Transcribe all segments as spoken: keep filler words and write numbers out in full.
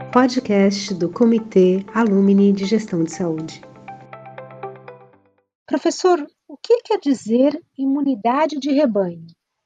podcast do Comitê Alumni de Gestão de Saúde. Professor, o que quer dizer imunidade de rebanho?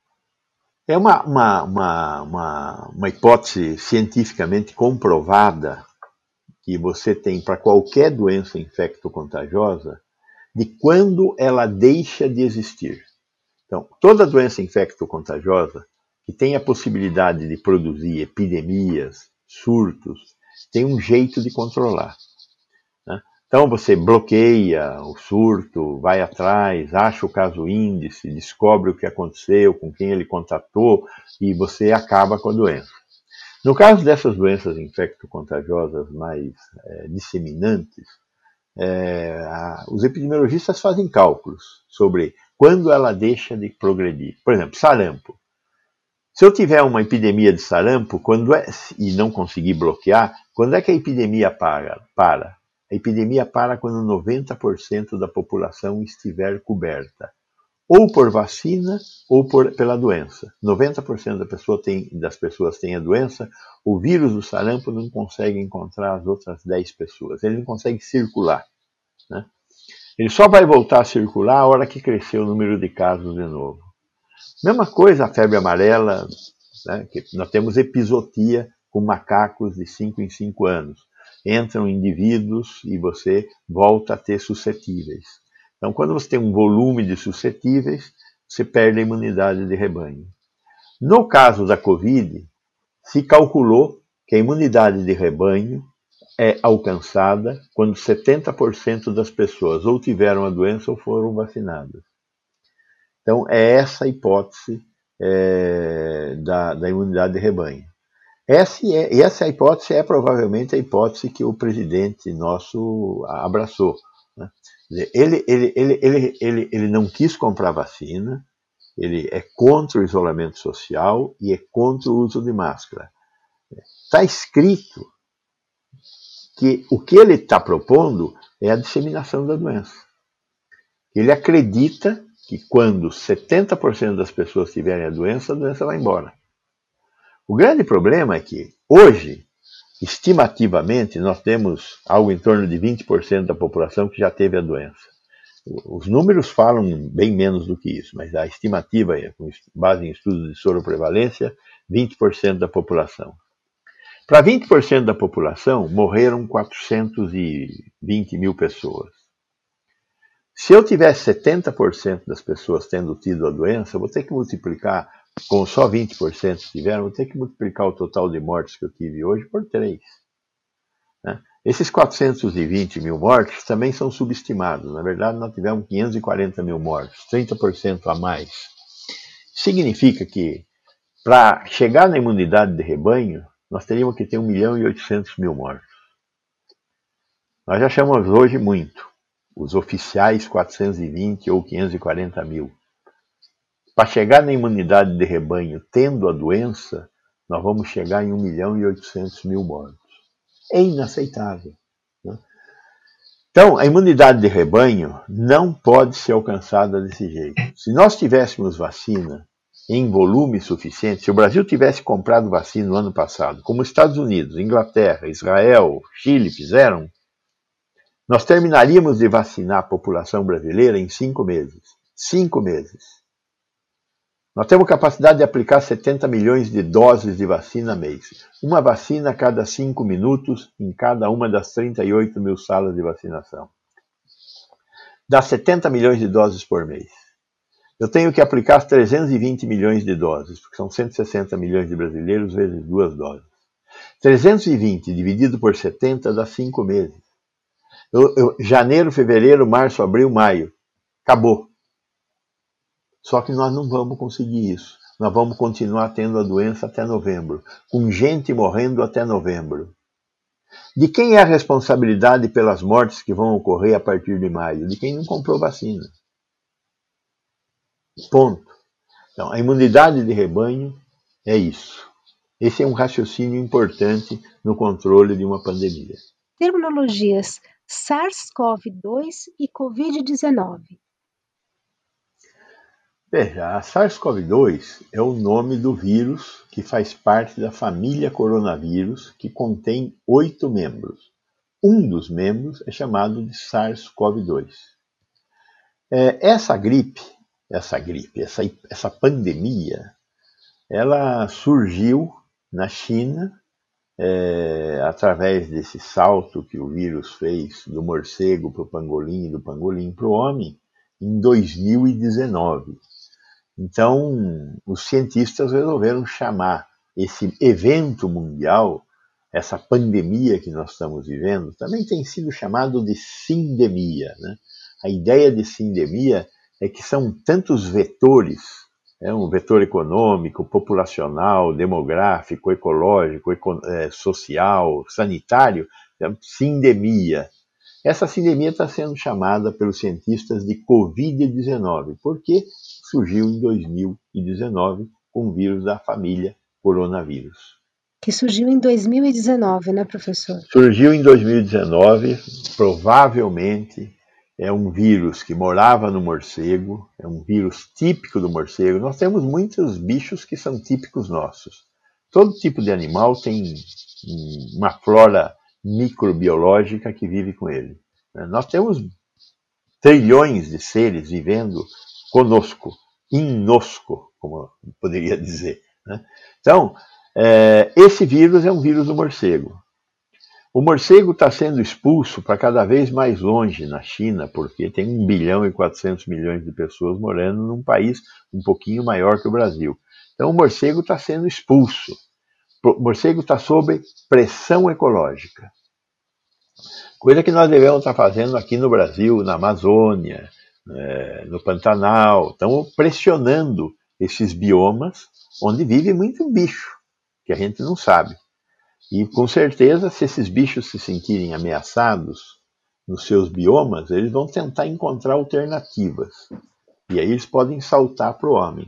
É uma, uma, uma, uma, uma hipótese cientificamente comprovada que você tem para qualquer doença infecto-contagiosa de quando ela deixa de existir. Então, toda doença infecto-contagiosa que tem a possibilidade de produzir epidemias, surtos, tem um jeito de controlar. Né? Então, você bloqueia o surto, vai atrás, acha o caso índice, descobre o que aconteceu, com quem ele contatou, e você acaba com a doença. No caso dessas doenças infecto-contagiosas mais é, disseminantes, é, a, os epidemiologistas fazem cálculos sobre quando ela deixa de progredir. Por exemplo, sarampo. Se eu tiver uma epidemia de sarampo quando é, e não conseguir bloquear, quando é que a epidemia para? para? A epidemia para quando noventa por cento da população estiver coberta, ou por vacina ou por, pela doença. noventa por cento da pessoa tem, das pessoas têm a doença, o vírus do sarampo não consegue encontrar as outras dez pessoas, ele não consegue circular. Né? Ele só vai voltar a circular a hora que crescer o número de casos de novo. Mesma coisa a febre amarela, né, que nós temos epizootia com macacos de cinco em cinco anos. Entram indivíduos e você volta a ter suscetíveis. Então, quando você tem um volume de suscetíveis, você perde a imunidade de rebanho. No caso da Covid, se calculou que a imunidade de rebanho é alcançada quando setenta por cento das pessoas ou tiveram a doença ou foram vacinadas. Então, é essa a hipótese é, da, da imunidade de rebanho. Essa é, essa hipótese é provavelmente a hipótese que o presidente nosso abraçou. Né? Ele, ele, ele, ele, ele, ele não quis comprar vacina, ele é contra o isolamento social e é contra o uso de máscara. Está escrito que o que ele está propondo é a disseminação da doença. Ele acredita que quando setenta por cento das pessoas tiverem a doença, a doença vai embora. O grande problema é que, hoje, estimativamente, nós temos algo em torno de vinte por cento da população que já teve a doença. Os números falam bem menos do que isso, mas a estimativa, com base em estudos de soroprevalência, vinte por cento da população. Para vinte por cento da população, morreram quatrocentos e vinte mil pessoas. Se eu tivesse setenta por cento das pessoas tendo tido a doença, eu vou ter que multiplicar, com só vinte por cento tiveram, vou ter que multiplicar o total de mortes que eu tive hoje por três. Né? Esses quatrocentos e vinte mil mortes também são subestimados. Na verdade, nós tivemos quinhentos e quarenta mil mortes, trinta por cento a mais. Significa que, para chegar na imunidade de rebanho, nós teríamos que ter um milhão e oitocentos mil mortos. Nós já chamamos hoje muito. Os oficiais quatrocentos e vinte ou quinhentos e quarenta mil. Para chegar na imunidade de rebanho tendo a doença, nós vamos chegar em um milhão e oitocentos mil mortos. É inaceitável. Né? Então, a imunidade de rebanho não pode ser alcançada desse jeito. Se nós tivéssemos vacina em volume suficiente, se o Brasil tivesse comprado vacina no ano passado, como os Estados Unidos, Inglaterra, Israel, Chile fizeram, nós terminaríamos de vacinar a população brasileira em cinco meses. Cinco meses. Nós temos capacidade de aplicar setenta milhões de doses de vacina mês. Uma vacina a cada cinco minutos em cada uma das trinta e oito mil salas de vacinação. Dá setenta milhões de doses por mês. Eu tenho que aplicar trezentos e vinte milhões de doses, porque são cento e sessenta milhões de brasileiros vezes duas doses. trezentos e vinte dividido por setenta dá cinco meses. Eu, eu, janeiro, fevereiro, março, abril, maio. Acabou. Só que nós não vamos conseguir isso. Nós vamos continuar tendo a doença até novembro, com gente morrendo até novembro. De quem é a responsabilidade pelas mortes que vão ocorrer a partir de maio? De quem não comprou vacina. Ponto. Então, a imunidade de rebanho é isso. Esse é um raciocínio importante no controle de uma pandemia. Terminologias SARS-CoV dois e covid dezenove. Veja, a SARS-CoV dois é o nome do vírus que faz parte da família coronavírus, que contém oito membros. Um dos membros é chamado de SARS-CoV dois. É, essa gripe, essa gripe, essa, essa pandemia, ela surgiu na China, é, através desse salto que o vírus fez do morcego para o pangolim e do pangolim para o homem, em dois mil e dezenove. Então, os cientistas resolveram chamar esse evento mundial, essa pandemia que nós estamos vivendo, também tem sido chamado de sindemia, né? A ideia de sindemia é que são tantos vetores, é um vetor econômico, populacional, demográfico, ecológico, eco, é, social, sanitário, é sindemia. Essa sindemia está sendo chamada pelos cientistas de covid dezenove, porque surgiu em dois mil e dezenove com o vírus da família coronavírus. Que surgiu em dois mil e dezenove, né, professor? Surgiu em dois mil e dezenove, provavelmente é um vírus que morava no morcego, é um vírus típico do morcego. Nós temos muitos bichos que são típicos nossos. Todo tipo de animal tem uma flora microbiológica que vive com ele. Nós temos trilhões de seres vivendo conosco, inosco, como poderia dizer, né? Então, é, esse vírus é um vírus do morcego. O morcego está sendo expulso para cada vez mais longe na China, porque tem um bilhão e quatrocentos milhões de pessoas morando num país um pouquinho maior que o Brasil. Então, o morcego está sendo expulso. O morcego está sob pressão ecológica. Coisa que nós devemos estar fazendo aqui no Brasil, na Amazônia, é, no Pantanal. Estamos pressionando esses biomas onde vive muito bicho, que a gente não sabe. E com certeza, se esses bichos se sentirem ameaçados nos seus biomas, eles vão tentar encontrar alternativas. E aí eles podem saltar para o homem.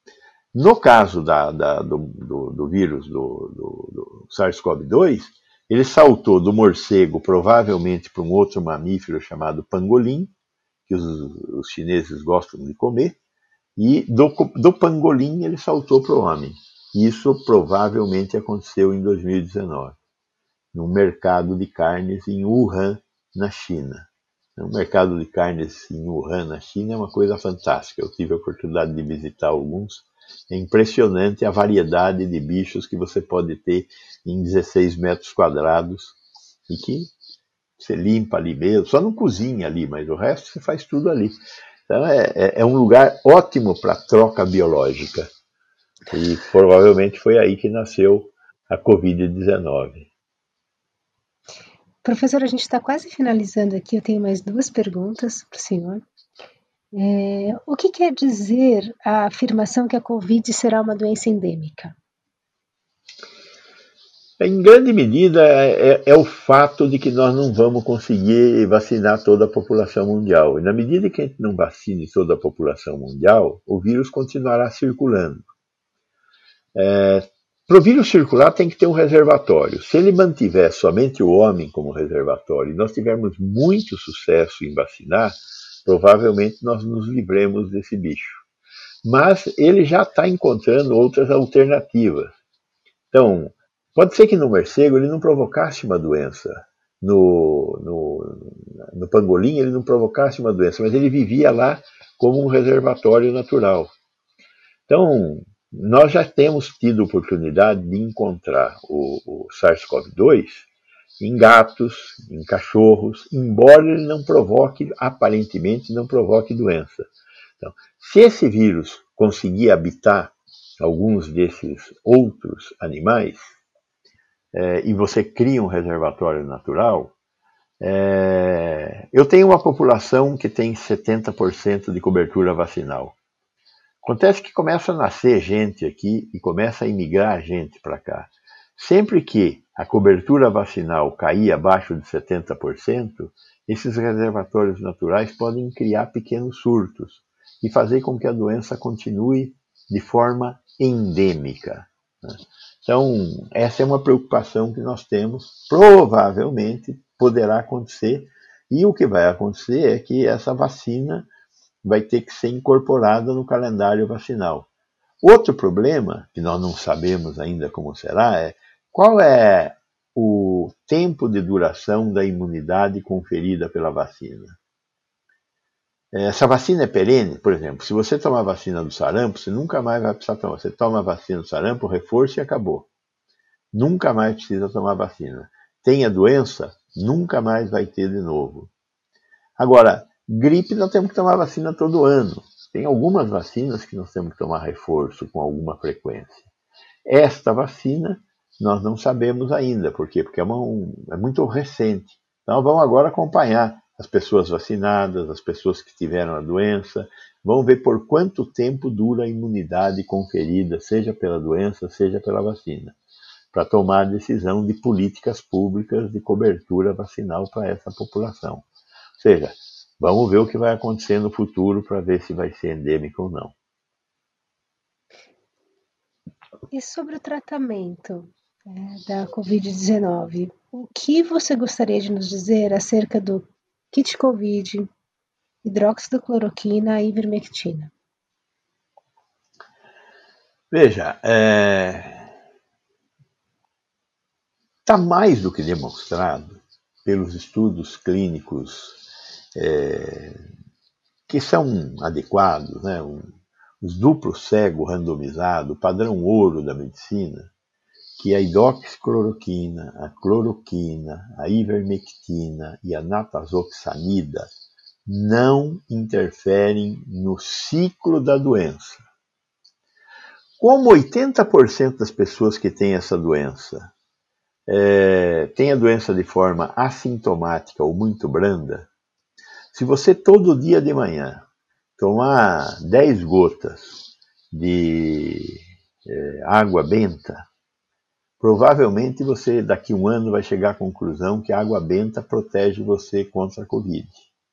No caso da, da, do, do, do vírus do, do, do SARS-CoV dois, ele saltou do morcego provavelmente para um outro mamífero chamado pangolim, que os, os chineses gostam de comer, e do, do pangolim ele saltou para o homem. Isso provavelmente aconteceu em dois mil e dezenove, no mercado de carnes em Wuhan, na China. O mercado de carnes em Wuhan, na China, é uma coisa fantástica. Eu tive a oportunidade de visitar alguns. É impressionante a variedade de bichos que você pode ter em dezesseis metros quadrados e que você limpa ali mesmo. Só não cozinha ali, mas o resto você faz tudo ali. Então é, é, é um lugar ótimo para troca biológica. E provavelmente foi aí que nasceu a covid dezenove. Professor, a gente está quase finalizando aqui. Eu tenho mais duas perguntas para o senhor. É, o que quer dizer a afirmação que a Covid será uma doença endêmica? Em grande medida, é, é o fato de que nós não vamos conseguir vacinar toda a população mundial. E na medida que a gente não vacine toda a população mundial, o vírus continuará circulando. É, para o vírus circular tem que ter um reservatório. Se ele mantiver somente o homem como reservatório e nós tivermos muito sucesso em vacinar, provavelmente nós nos livremos desse bicho. Mas ele já está encontrando outras alternativas. Então, pode ser que no morcego ele não provocasse uma doença. No, no, no pangolim ele não provocasse uma doença, mas ele vivia lá como um reservatório natural. Então, nós já temos tido oportunidade de encontrar o, o SARS-CoV dois em gatos, em cachorros, embora ele não provoque, aparentemente não provoque doença. Então, se esse vírus conseguir habitar alguns desses outros animais, é, e você cria um reservatório natural, é, eu tenho uma população que tem setenta por cento de cobertura vacinal. Acontece que começa a nascer gente aqui e começa a imigrar gente para cá. Sempre que a cobertura vacinal cair abaixo de setenta por cento, esses reservatórios naturais podem criar pequenos surtos e fazer com que a doença continue de forma endêmica, né? Então, essa é uma preocupação que nós temos. Provavelmente poderá acontecer, e o que vai acontecer é que essa vacina vai ter que ser incorporada no calendário vacinal. Outro problema, que nós não sabemos ainda como será, é qual é o tempo de duração da imunidade conferida pela vacina. Essa vacina é perene, por exemplo, se você tomar a vacina do sarampo, você nunca mais vai precisar tomar. Você toma a vacina do sarampo, reforço e acabou. Nunca mais precisa tomar vacina. Tem a doença, nunca mais vai ter de novo. Agora, gripe nós temos que tomar vacina todo ano. Tem algumas vacinas que nós temos que tomar reforço com alguma frequência. Esta vacina nós não sabemos ainda. Por quê? Porque é, uma, um, é muito recente. Então vamos agora acompanhar as pessoas vacinadas, as pessoas que tiveram a doença. Vamos ver por quanto tempo dura a imunidade conferida, seja pela doença, seja pela vacina, para tomar a decisão de políticas públicas de cobertura vacinal para essa população. Ou seja, vamos ver o que vai acontecer no futuro para ver se vai ser endêmico ou não. E sobre o tratamento é, da covid dezenove, o que você gostaria de nos dizer acerca do kit Covid, hidroxicloroquina e ivermectina? Veja, está é... mais do que demonstrado pelos estudos clínicos é, que são adequados, né? um, os duplo cego randomizado, padrão ouro da medicina, que a hidroxicloroquina, a cloroquina, a ivermectina e a natazoxanida não interferem no ciclo da doença. Como oitenta por cento das pessoas que têm essa doença é, têm a doença de forma assintomática ou muito branda, se você todo dia de manhã tomar dez gotas de é, água benta, provavelmente você daqui a um ano vai chegar à conclusão que a água benta protege você contra a Covid.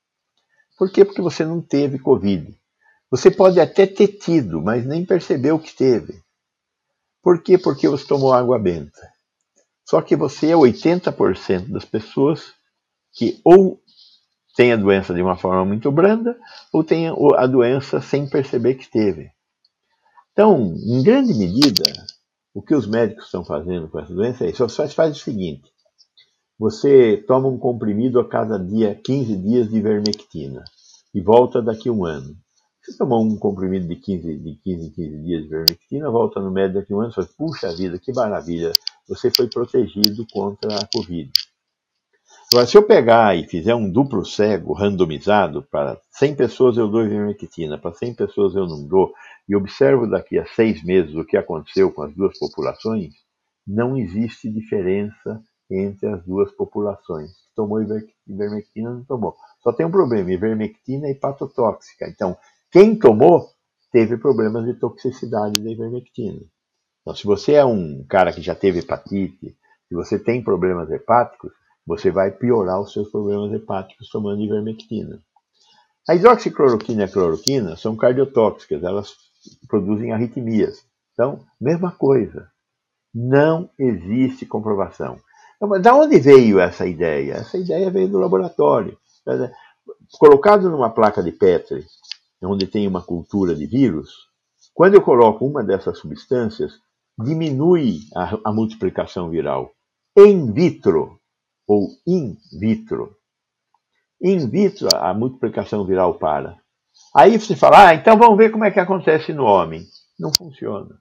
Por quê? Porque você não teve Covid. Você pode até ter tido, mas nem percebeu que teve. Por quê? Porque você tomou água benta. Só que você é oitenta por cento das pessoas que ou tem a doença de uma forma muito branda, ou tem a doença sem perceber que teve. Então, em grande medida, o que os médicos estão fazendo com essa doença é isso. Só faz o seguinte: você toma um comprimido a cada dia, quinze dias de ivermectina, e volta daqui a um ano. Você tomou um comprimido de quinze, de quinze em quinze dias de ivermectina, volta no médico daqui a um ano e fala: puxa vida, que maravilha, você foi protegido contra a Covid. Agora, se eu pegar e fizer um duplo cego randomizado, para cem pessoas eu dou ivermectina, para cem pessoas eu não dou, e observo daqui a seis meses o que aconteceu com as duas populações, não existe diferença entre as duas populações. Tomou ivermectina, não tomou. Só tem um problema: ivermectina é hepatotóxica. Então, quem tomou teve problemas de toxicidade da ivermectina. Então, se você é um cara que já teve hepatite, se você tem problemas hepáticos, você vai piorar os seus problemas hepáticos tomando ivermectina. A hidroxicloroquina e a cloroquina são cardiotóxicas, elas produzem arritmias. Então, mesma coisa. Não existe comprovação. Então, mas da onde veio essa ideia? Essa ideia veio do laboratório. Colocado numa placa de Petri, onde tem uma cultura de vírus, quando eu coloco uma dessas substâncias, diminui a, a multiplicação viral in vitro ou in vitro. In vitro, a multiplicação viral para. Aí você fala: ah, então vamos ver como é que acontece no homem. Não funciona.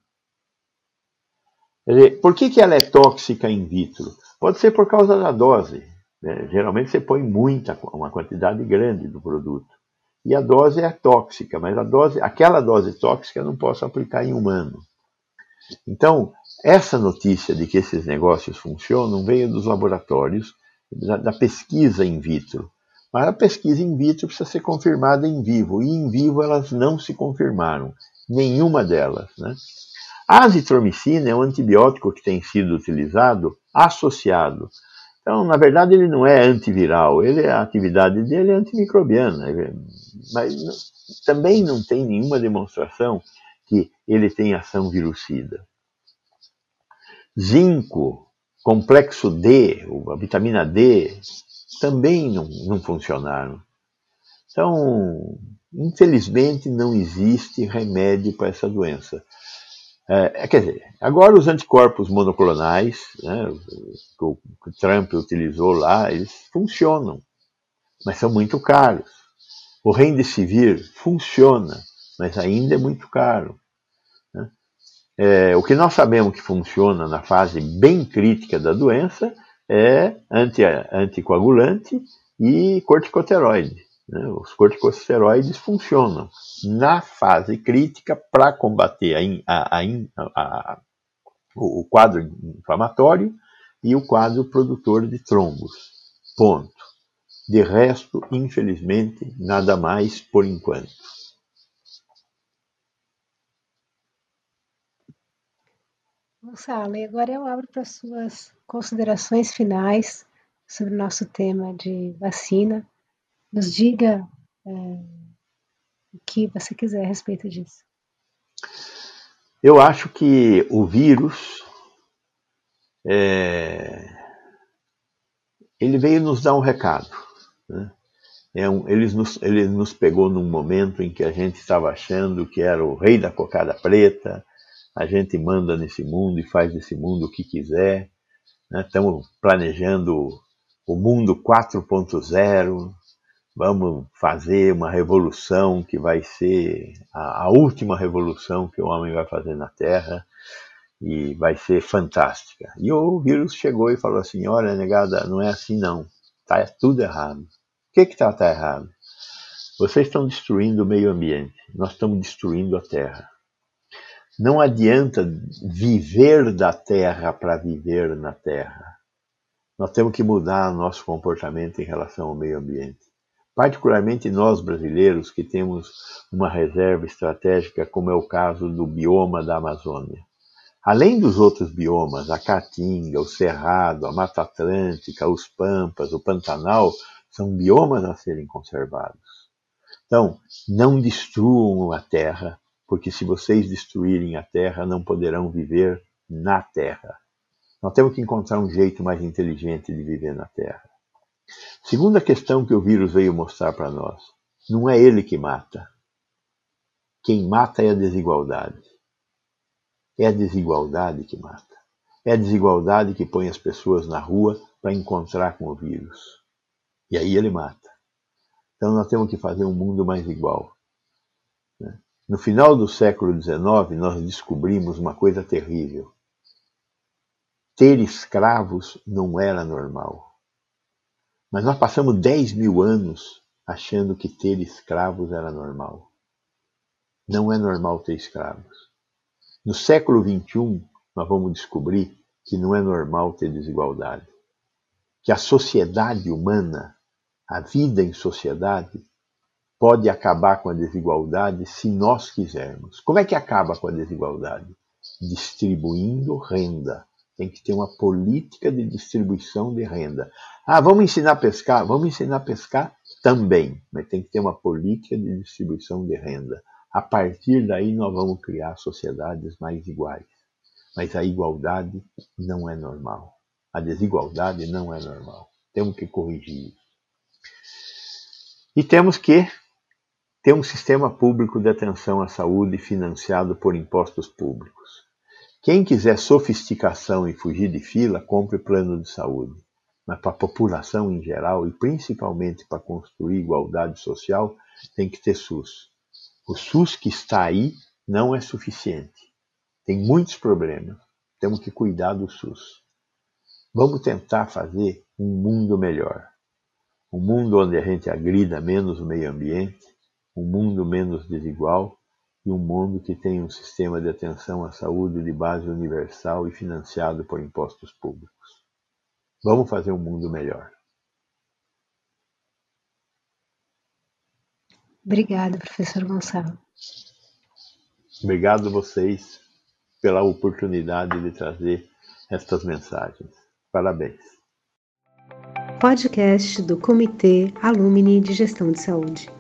Quer dizer, por que, que ela é tóxica in vitro? Pode ser por causa da dose. Né? Geralmente você põe muita, uma quantidade grande do produto. E a dose é tóxica, mas a dose, aquela dose tóxica eu não posso aplicar em humano. Então, essa notícia de que esses negócios funcionam veio dos laboratórios, da, da pesquisa in vitro. Mas a pesquisa in vitro precisa ser confirmada em vivo, e em vivo elas não se confirmaram, nenhuma delas. Né? A azitromicina é um antibiótico que tem sido utilizado associado. Então, na verdade, ele não é antiviral, ele, a atividade dele é antimicrobiana, mas não, também não tem nenhuma demonstração que ele tem ação virucida. Zinco, complexo D, a vitamina D, também não, não funcionaram. Então, infelizmente, não existe remédio para essa doença. É, quer dizer, agora os anticorpos monoclonais, né, que o Trump utilizou lá, eles funcionam, mas são muito caros. O Remdesivir funciona, mas ainda é muito caro. Né? É, o que nós sabemos que funciona na fase bem crítica da doença é anti, anticoagulante e corticosteroide. Né? Os corticosteroides funcionam na fase crítica para combater a, a, a, a, o quadro inflamatório e o quadro produtor de trombos. Ponto. De resto, infelizmente, nada mais por enquanto. Gonçalo, e agora eu abro para suas considerações finais sobre o nosso tema de vacina. Nos diga é, o que você quiser a respeito disso. Eu acho que o vírus é, ele veio nos dar um recado. Né? É um, ele, nos, ele nos pegou num momento em que a gente estava achando que era o rei da cocada preta, a gente manda nesse mundo e faz desse mundo o que quiser. Né? Estamos planejando o mundo quatro ponto zero, vamos fazer uma revolução que vai ser a, a última revolução que o homem vai fazer na Terra e vai ser fantástica. E o vírus chegou e falou assim, olha, negada, não é assim não, está tudo errado. O que está tá errado? Vocês estão destruindo o meio ambiente, nós estamos destruindo a Terra. Não adianta viver da Terra para viver na Terra. Nós temos que mudar nosso comportamento em relação ao meio ambiente. Particularmente nós brasileiros que temos uma reserva estratégica, como é o caso do bioma da Amazônia. Além dos outros biomas, a Caatinga, o Cerrado, a Mata Atlântica, os Pampas, o Pantanal, são biomas a serem conservados. Então, não destruam a Terra, porque se vocês destruírem a Terra, não poderão viver na Terra. Nós temos que encontrar um jeito mais inteligente de viver na Terra. Segunda questão que o vírus veio mostrar para nós, não é ele que mata. Quem mata é a desigualdade. É a desigualdade que mata. É a desigualdade que põe as pessoas na rua para encontrar com o vírus. E aí ele mata. Então nós temos que fazer um mundo mais igual. No final do século dezenove, nós descobrimos uma coisa terrível. Ter escravos não era normal. Mas nós passamos dez mil anos achando que ter escravos era normal. Não é normal ter escravos. No século vinte e um, nós vamos descobrir que não é normal ter desigualdade. Que a sociedade humana, a vida em sociedade, pode acabar com a desigualdade se nós quisermos. Como é que acaba com a desigualdade? Distribuindo renda. Tem que ter uma política de distribuição de renda. Ah, vamos ensinar a pescar? Vamos ensinar a pescar também, mas tem que ter uma política de distribuição de renda. A partir daí nós vamos criar sociedades mais iguais. Mas a igualdade não é normal. A desigualdade não é normal. Temos que corrigir isso. E temos que ter um sistema público de atenção à saúde financiado por impostos públicos. Quem quiser sofisticação e fugir de fila, compre plano de saúde. Mas para a população em geral, e principalmente para construir igualdade social, tem que ter SUS. O SUS que está aí não é suficiente. Tem muitos problemas. Temos que cuidar do SUS. Vamos tentar fazer um mundo melhor. Um mundo onde a gente agrida menos o meio ambiente, um mundo menos desigual, e um mundo que tem um sistema de atenção à saúde de base universal e financiado por impostos públicos. Vamos fazer um mundo melhor. Obrigada, professor Gonçalo. Obrigado a vocês pela oportunidade de trazer estas mensagens. Parabéns. Podcast do Comitê Alumni de Gestão de Saúde.